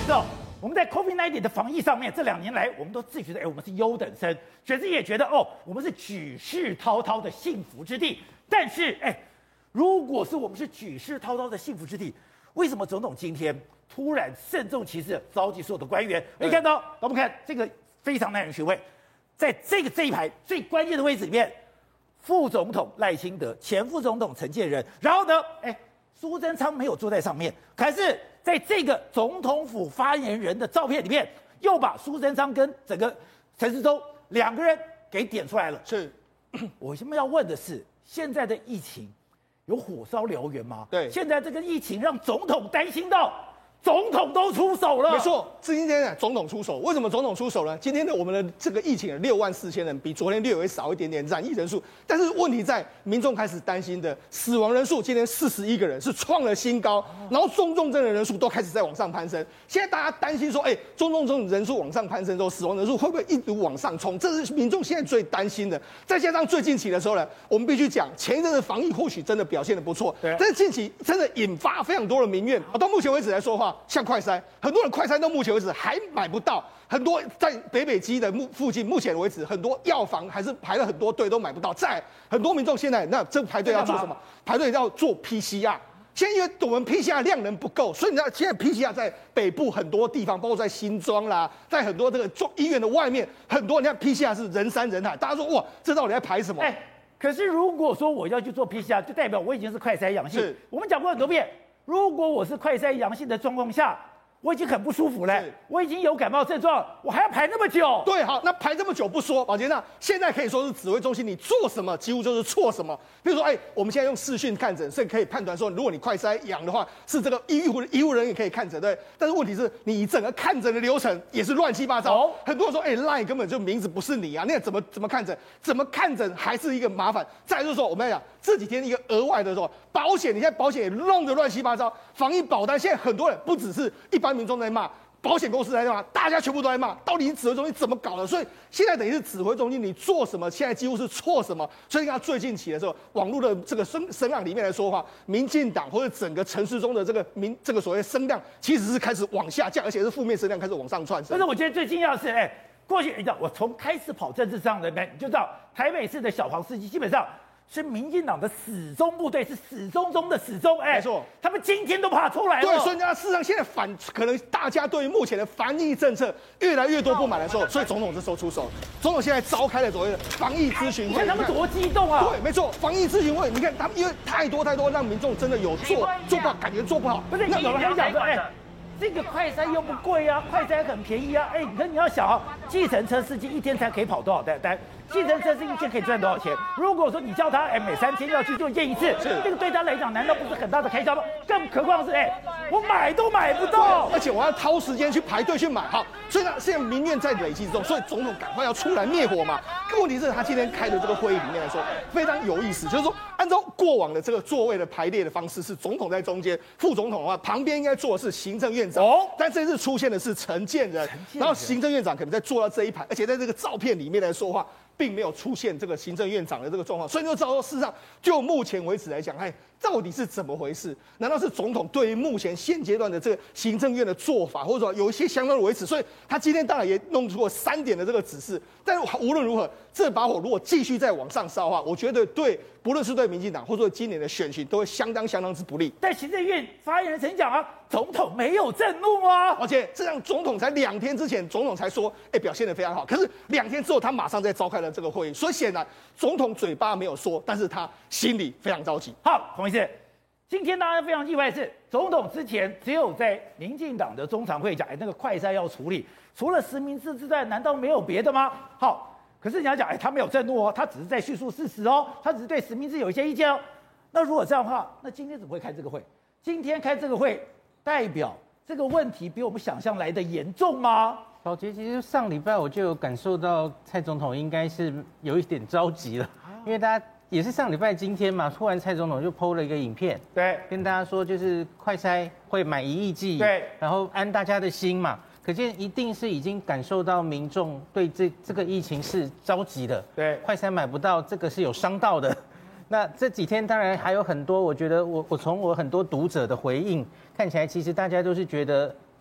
知道我们在 COVID-19 的防疫上面，这2年来我们都自诩的，我们是优等生，全世界也觉得我们是举世滔滔的幸福之地。但是，如果是我们是举世滔滔的幸福之地，为什么总统今天突然慎重其事召集所有的官员？你看到，我们看这个非常耐人寻味，在这一排最关键的位置里面，副总统赖清德、前副总统陈建仁，然后呢，苏贞昌没有坐在上面，可是在这个总统府发言人的照片里面，又把苏贞昌跟整个陈时中2个人给点出来了。 是， 我现在要问的是，现在的疫情有火烧燎原吗？ 对， 现在这个疫情让总统担心到总统都出手了。 没错，是今天总统出手。为什么总统出手呢？今天的我们的这个疫情64000人，比昨天略微少一点点染疫人数，但是问题在民众开始担心的死亡人数，今天41个人是创了新高，然后重症的人数都开始在往上攀升。现在大家担心说，重症人数往上攀升之后，死亡人数会不会一直往上冲？这是民众现在最担心的。再加上最近期的时候呢，我们必须讲，前一阵的防疫或许真的表现得不错，但是近期真的引发非常多的民怨。到目前为止来说的话，像快筛，很多人快筛到目前为止还买不到，很多在北基的附近，目前为止很多药房还是排了很多队都买不到。再很多民众现在这排队要做什么？排队要做 PCR。现在因为我们 PCR 量能不够，所以你知道现在 PCR 在北部很多地方，包括在新庄啦，在很多这个医院的外面，很多你看 PCR 是人山人海，大家说哇，这到底在排什么？ 可是如果说我要去做 PCR， 就代表我已经是快筛阳性。我们讲过很多遍。如果我是快筛阳性的状况下，我已经很不舒服了，我已经有感冒症状，我还要排那么久？ 对，好，那排这么久不说，宝杰，那现在可以说是指挥中心，你做什么几乎就是错什么。比如说，我们现在用视讯看诊，所以可以判断说，如果你快筛阳的话，是这个医务人员可以看诊，对。但是问题是你整个看诊的流程也是乱七八糟。很多人说，LINE 根本就名字不是你啊，那怎么看诊？怎么看诊还是一个麻烦。再来就是说，我们要讲这几天一个额外的说，保险，你现在保险也弄得乱七八糟，防疫保单现在很多人不只是一般民众在骂，保险公司在骂，大家全部都在骂，到底指挥中心怎么搞的？所以现在等于是指挥中心你做什么，现在几乎是错什么。所以你看最近期的时候，网络的这个声浪里面来说的话，民进党或者整个陈时中的这个所谓声量，其实是开始往下降，而且是负面声量开始往上窜升。 但是我觉得最惊讶的是，过去你知道，我从开始跑政治上的人，你就知道台北市的小黄司机基本上是民进党的死忠部队，是死忠中的死忠， 没错， 他们今天都怕出来了。 对，所以事实上现在可能大家对于目前的防疫政策越来越多不满的时候，所以总统这时候出手，总统现在召开了所谓的防疫咨询会， 你看他们多激动啊！ 对，没错，防疫咨询会，你看他们因为太多让民众真的有做不好，感觉做不好。 不是，有人还讲说，这个快筛又不贵啊，快筛很便宜啊，你要想啊，计程车司机一天才可以跑多少单？计程车司机一天可以赚多少钱？如果说你叫他每3天要去做验一次，这个对他来讲难道不是很大的开销吗？更何况是我买都买不到， 而且我要掏时间去排队去买。好，所以呢，现在民怨在累积之中，所以总统赶快要出来灭火嘛。问题是，他今天开的这个会议里面来说非常有意思，就是说按照过往的这个座位的排列的方式，是总统在中间，副总统的话旁边应该坐的是行政院长，但这次出现的是陈建仁，然后行政院长可能在坐到这一排，而且在这个照片里面来说话，并没有出现这个行政院长的这个状况，所以就知道说，事实上就目前为止来讲，到底是怎么回事？难道是总统对于目前现阶段的这个行政院的做法，或者说有一些相当的维持？所以他今天当然也弄出了3点的这个指示。但是无论如何，这把火如果继续再往上烧的话，我觉得不论是对民进党，或者说今年的选情，都会相当之不利。 但行政院发言人曾讲啊，总统没有震怒啊， 而且这样总统才2天之前，总统才说，表现得非常好。可是2天之后，他马上再召开了这个会议，所以显然总统嘴巴没有说，但是他心里非常着急。 好，洪医师，今天大家非常意外的是，总统之前只有在民进党的中常会讲，那个快筛要处理，除了实名制之外，难道没有别的吗？好。可是你要讲，他没有震怒哦，他只是在叙述事实哦，他只是对实名制有一些意见哦。那如果这样的话，那今天怎么会开这个会？今天开这个会，代表这个问题比我们想象来的严重吗？ 宝杰，其实上礼拜我就有感受到蔡总统应该是有一点着急了，因为大家也是上礼拜今天嘛，突然蔡总统就 PO 了一个影片， 对， 跟大家说就是快筛会买1亿剂， 对， 然后安大家的心嘛。可见一定是已经感受到民众对这个疫情是着急的， 对， 快筛买不到，这个是有伤到的。那这几天当然还有很多，我觉得我从我很多读者的回应看起来，其实大家都是觉得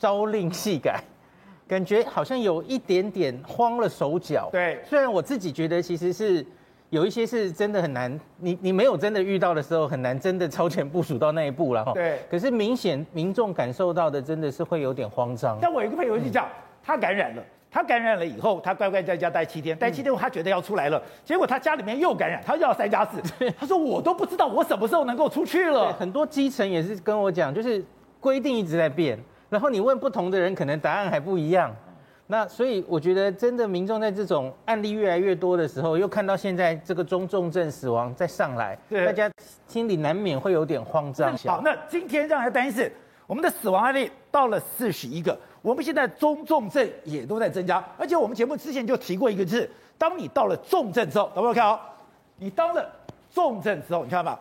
朝令夕改，感觉好像有一点点慌了手脚。 对， 虽然我自己觉得其实是有一些是真的很难，你没有真的遇到的时候，很难真的超前部署到那一步了哈。 对。 可是明显民众感受到的真的是会有点慌张。 但我有一个朋友就讲，他感染了。他感染了以后，他乖乖在家待7天，待7天后他觉得要出来了，结果他家里面又感染，他又要3+4。他说我都不知道我什么时候能够出去了。 很多基层也是跟我讲，就是规定一直在变，然后你问不同的人，可能答案还不一样。那所以我觉得真的民众在这种案例越来越多的时候，又看到现在这个中重症死亡再上来，大家心里难免会有点慌张。 好，那今天让人担心是我们的死亡案例到了41个。我们现在中重症也都在增加，而且我们节目之前就提过一个字，当你到了重症之后，大家看哦，你当了重症之后，你看吧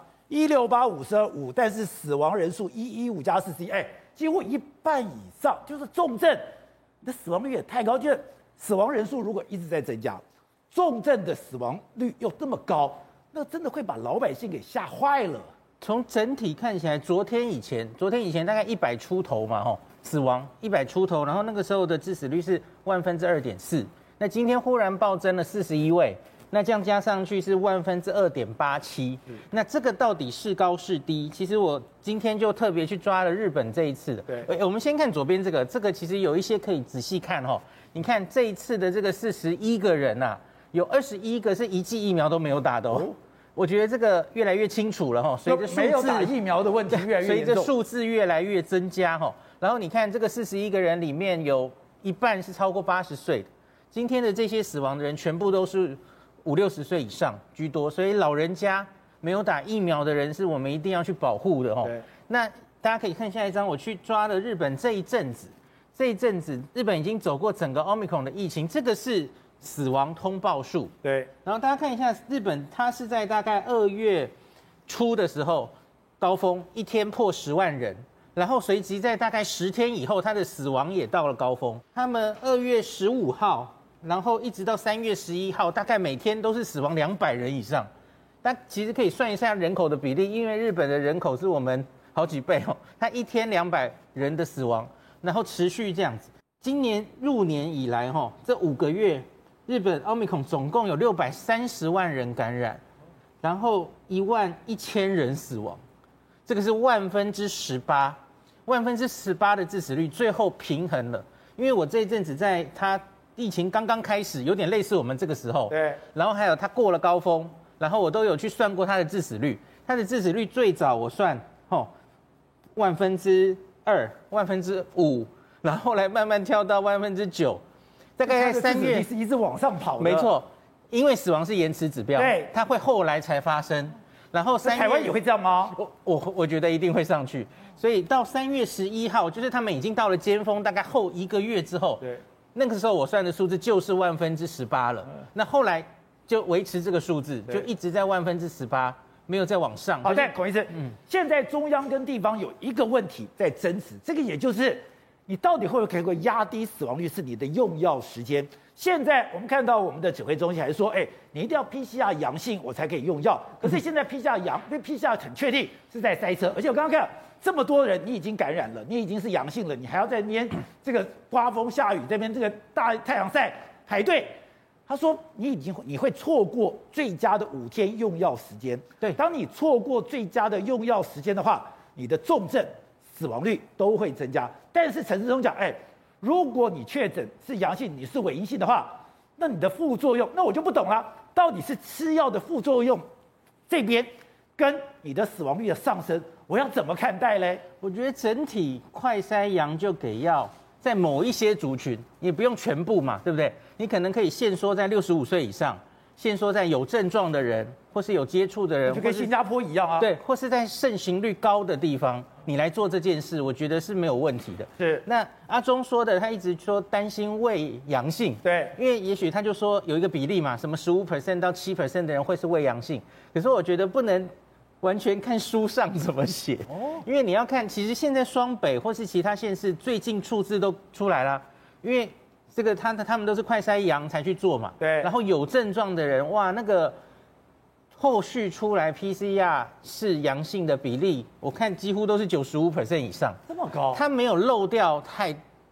，16852，但是死亡人数115+41，几乎一半以上就是重症，你的死亡率也太高，就是死亡人数如果一直在增加，重症的死亡率又这么高，那真的会把老百姓给吓坏了。 从整体看起来，昨天以前大概100出头嘛，吼，死亡100出头，然后那个时候的致死率是2%，那今天忽然暴增了41位，那这样加上去是2.87%，那这个到底是高是低？其实我今天就特别去抓了日本这一次的， 对， 我们先看左边这个其实有一些可以仔细看哈，你看这一次的这个41个人呐，有21个是1剂疫苗都没有打的哦。我觉得这个越来越清楚了哈，随着没有打疫苗的问题越来越严重， 随着数字越来越增加哈，然后你看这个41个人里面有一半是超过80岁的，今天的这些死亡的人全部都是50-60岁以上居多，所以老人家没有打疫苗的人是我们一定要去保护的哈。那大家可以看下一张，我去抓了日本这一阵子日本已经走过整个 Omicron 的疫情，这个是死亡通报数， 对， 然后大家看一下日本，它是在大概2月初的时候高峰，一天破10万人，然后随即在大概10天以后，它的死亡也到了高峰。他们2月15号，然后一直到3月11号，大概每天都是死亡200人以上。但其实可以算一下人口的比例，因为日本的人口是我们好几倍哦，它一天200人的死亡，然后持续这样子。今年入年以来哈，这5个月。日本奥密克戎总共有630万人感染，然后11000人死亡，这个是18%的致死率，最后平衡了。因为我这一阵子在它疫情刚刚开始，有点类似我们这个时候， 对， 然后还有它过了高峰，然后我都有去算过它的致死率，它的致死率最早我算2%、5%，然后后来慢慢跳到9%。大概在3月是一直往上跑的， 没错，因为死亡是延迟指标， 对， 它会后来才发生。然后台湾也会这样吗？ 我觉得一定会上去。所以到3月11号，就是他们已经到了尖峰，大概后1个月之后， 对， 那个时候我算的数字就是18%了。那后来就维持这个数字，就一直在18%，没有再往上。 好，但孔医生，现在中央跟地方有一个问题在争执，这个也就是。你到底会不会压低死亡率？是你的用药时间。现在我们看到我们的指挥中心还是说，你一定要 PCR 阳性我才可以用药。可是现在 PCR 很确定是在塞车，而且我刚刚看这么多人，你已经感染了，你已经是阳性了，你还要在那边这个刮风下雨这边这个大太阳晒排队。他说你会错过最佳的5天用药时间。 对， 当你错过最佳的用药时间的话，你的重症死亡率都会增加。但是陈时中讲，如果你确诊是阳性，你是伪阴性的话，那你的副作用，那我就不懂了，到底是吃药的副作用这边跟你的死亡率的上升，我要怎么看待嘞？ 我觉得整体快筛阳就给药，在某一些族群，也不用全部嘛，对不对？你可能可以限缩在65岁以上，限缩在有症状的人，或是有接触的人， 就跟新加坡一样啊。 对，或是在盛行率高的地方，你来做这件事，我觉得是没有问题的。 是。 那阿中说的，他一直说担心伪阳性， 对， 因为也许他就说有一个比例嘛，什么15%到7%的人会是伪阳性，可是我觉得不能完全看书上怎么写哦，因为你要看，其实现在双北或是其他县市最近数字都出来了，因为这个他们都是快筛阳才去做嘛， 对， 然后有症状的人，哇，那个后续出来 PCR 是阳性的比例，我看几乎都是95%以上， 这么高， 他没有漏掉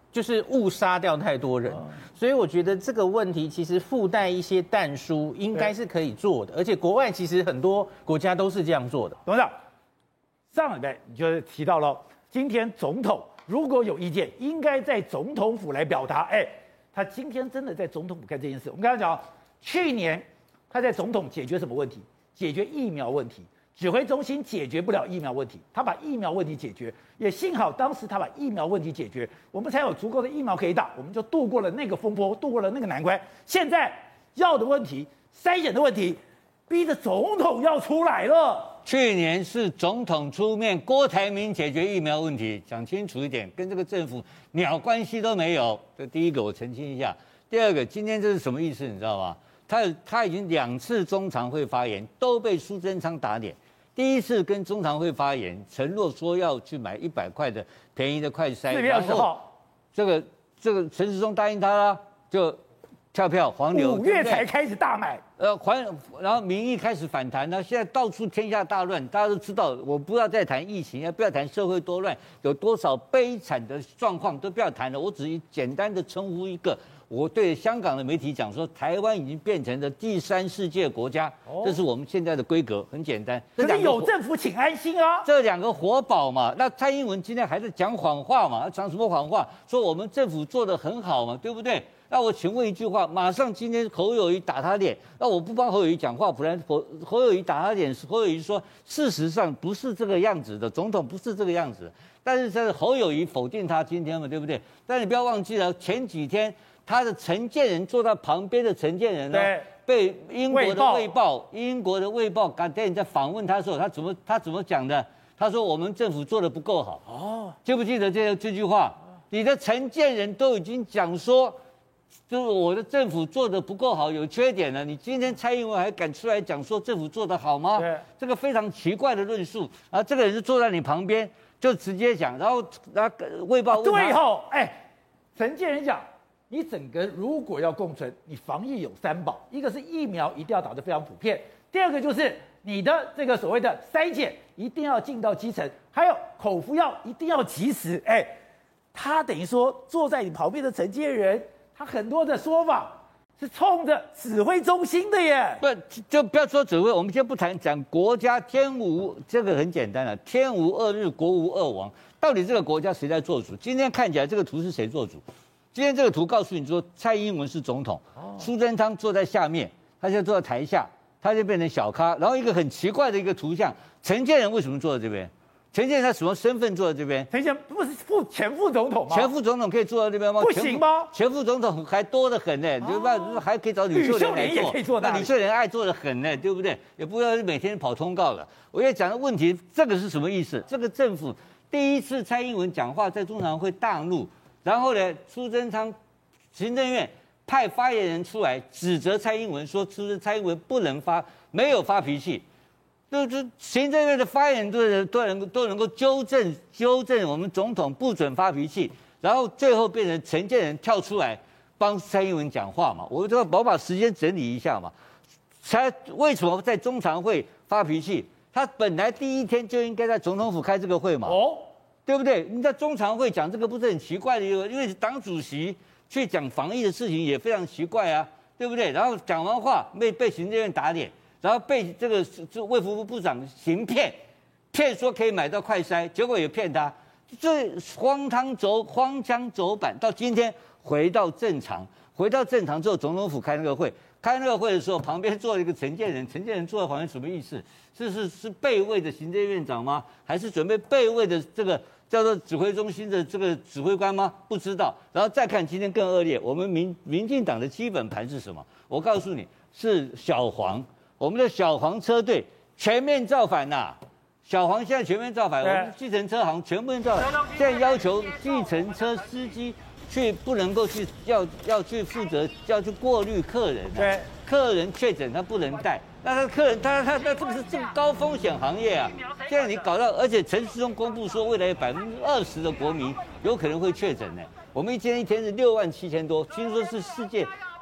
就是误杀掉太多人，所以我觉得这个问题其实附带一些弹书应该是可以做的，而且国外其实很多国家都是这样做的。 董事长，上礼拜你就提到了，今天总统如果有意见，应该在总统府来表达。他今天真的在总统府干这件事。我们刚才讲，去年他在总统解决什么问题？解决疫苗问题。指挥中心解决不了疫苗问题，他把疫苗问题解决，也幸好当时他把疫苗问题解决，我们才有足够的疫苗可以打，我们就度过了那个风波，度过了那个难关。现在药的问题、筛检的问题，逼着总统要出来了。 去年是总统出面，郭台铭解决疫苗问题，讲清楚一点，跟这个政府鸟关系都没有。这第一个我澄清一下。第二个，今天这是什么意思？你知道吗？他已经2次中常会发言都被苏贞昌打脸。第一次跟中常会发言，承诺说要去买100块的便宜的快筛 ，4月20号， 这个陈时中答应他啦，就跳票黄牛 ，5月才开始大买， 然后民意开始反弹呢，现在到处天下大乱，大家都知道，我不要再谈疫情，也不要谈社会多乱，有多少悲惨的状况都不要谈了，我只简单的称呼一个。我对香港的媒体讲说，台湾已经变成了第3世界国家，这是我们现在的规格，很简单。 可是有政府请安心啊， 这2个活宝嘛。那蔡英文今天还在讲谎话嘛？讲什么谎话？说我们政府做得很好嘛，对不对？那我请问一句话，马上今天侯友宜打他脸，那我不帮侯友宜讲话，不然侯友宜打他脸，侯友宜说事实上不是这个样子的，总统不是这个样子。但是这侯友宜否定他今天嘛，对不对？但你不要忘记了，前几天。他的陈建仁坐在旁边的陈建仁呢，被英国的卫报 Guardian 在访问他的时候，他怎么讲的？他说我们政府做的不够好。记不记得这句话？你的陈建仁都已经讲说，就是我的政府做的不够好，有缺点了。你今天蔡英文还敢出来讲说政府做得好吗？这个非常奇怪的论述。然后这个人是坐在你旁边，就直接讲，然后卫报问他对吼，陈建仁讲。你整个如果要共存，你防疫有3宝，一个是疫苗一定要打得非常普遍，第二个就是你的这个所谓的筛检一定要进到基层，还有口服药一定要及时。他等于说坐在你旁边的陈建仁，他很多的说法是冲着指挥中心的耶。 不，就不要说指挥，我们先不讲国家天无，这个很简单了，天无2日，国无2王，到底这个国家谁在做主？今天看起来这个图是谁做主？今天这个图告诉你说，蔡英文是总统，苏贞昌坐在下面，他现在坐在台下，他就变成小咖。然后一个很奇怪的一个图像，陈建仁为什么坐在这边？陈建仁他什么身份坐在这边？ 陈建仁不是前副总统吗？ 前副总统可以坐在这边吗？ 不行吗？ 前副总统还多得很呢，对吧？还可以找吕秀莲来做，那吕秀莲爱做得很呢，对不对？也不要每天跑通告了。我要讲的问题，这个是什么意思？这个政府第一次蔡英文讲话在中常会大怒。然后呢，苏贞昌行政院派发言人出来指责蔡英文，说蔡英文没有发脾气，就是行政院的发言人都能够纠正我们总统不准发脾气，然后最后变成陈建仁跳出来帮蔡英文讲话嘛，我把时间整理一下嘛，为什么在中常会发脾气？他本来第一天就应该在总统府开这个会嘛。对不对？你在中常会讲这个不是很奇怪的？因为党主席去讲防疫的事情也非常奇怪啊，对不对？然后讲完话被行政院打脸，然后被这个卫福部部长行骗说可以买到快筛，结果也骗他，这荒腔走板。到今天回到正常之后，总统府开那个会的时候，旁边坐了一个陈建仁坐在旁边什么意思？是备位的行政院长吗？还是准备备位的这个叫做指挥中心的这个指挥官吗？不知道。然后再看今天更恶劣，我们民进党的基本盘是什么？我告诉你，是小黄，我们的小黄车队全面造反呐！小黄现在全面造反，我们计程车行全部人造反，现在要求计程车司机不能够去要去负责要去过滤客人，客人确诊他不能带。那他客人他这个是高风险行业啊！现在你搞到，而且陈时中公布说，未来有20%的国民有可能会确诊呢。我们今天一天是67000多，听说是世界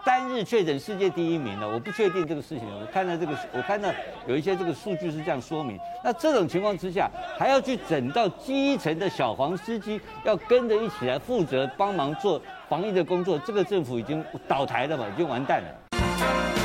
单日确诊世界第1名了，我不确定这个事情。我看到有一些这个数据是这样说明。那这种情况之下，还要去整到基层的小黄司机，要跟着一起来负责帮忙做防疫的工作，这个政府已经倒台了嘛，已经完蛋了。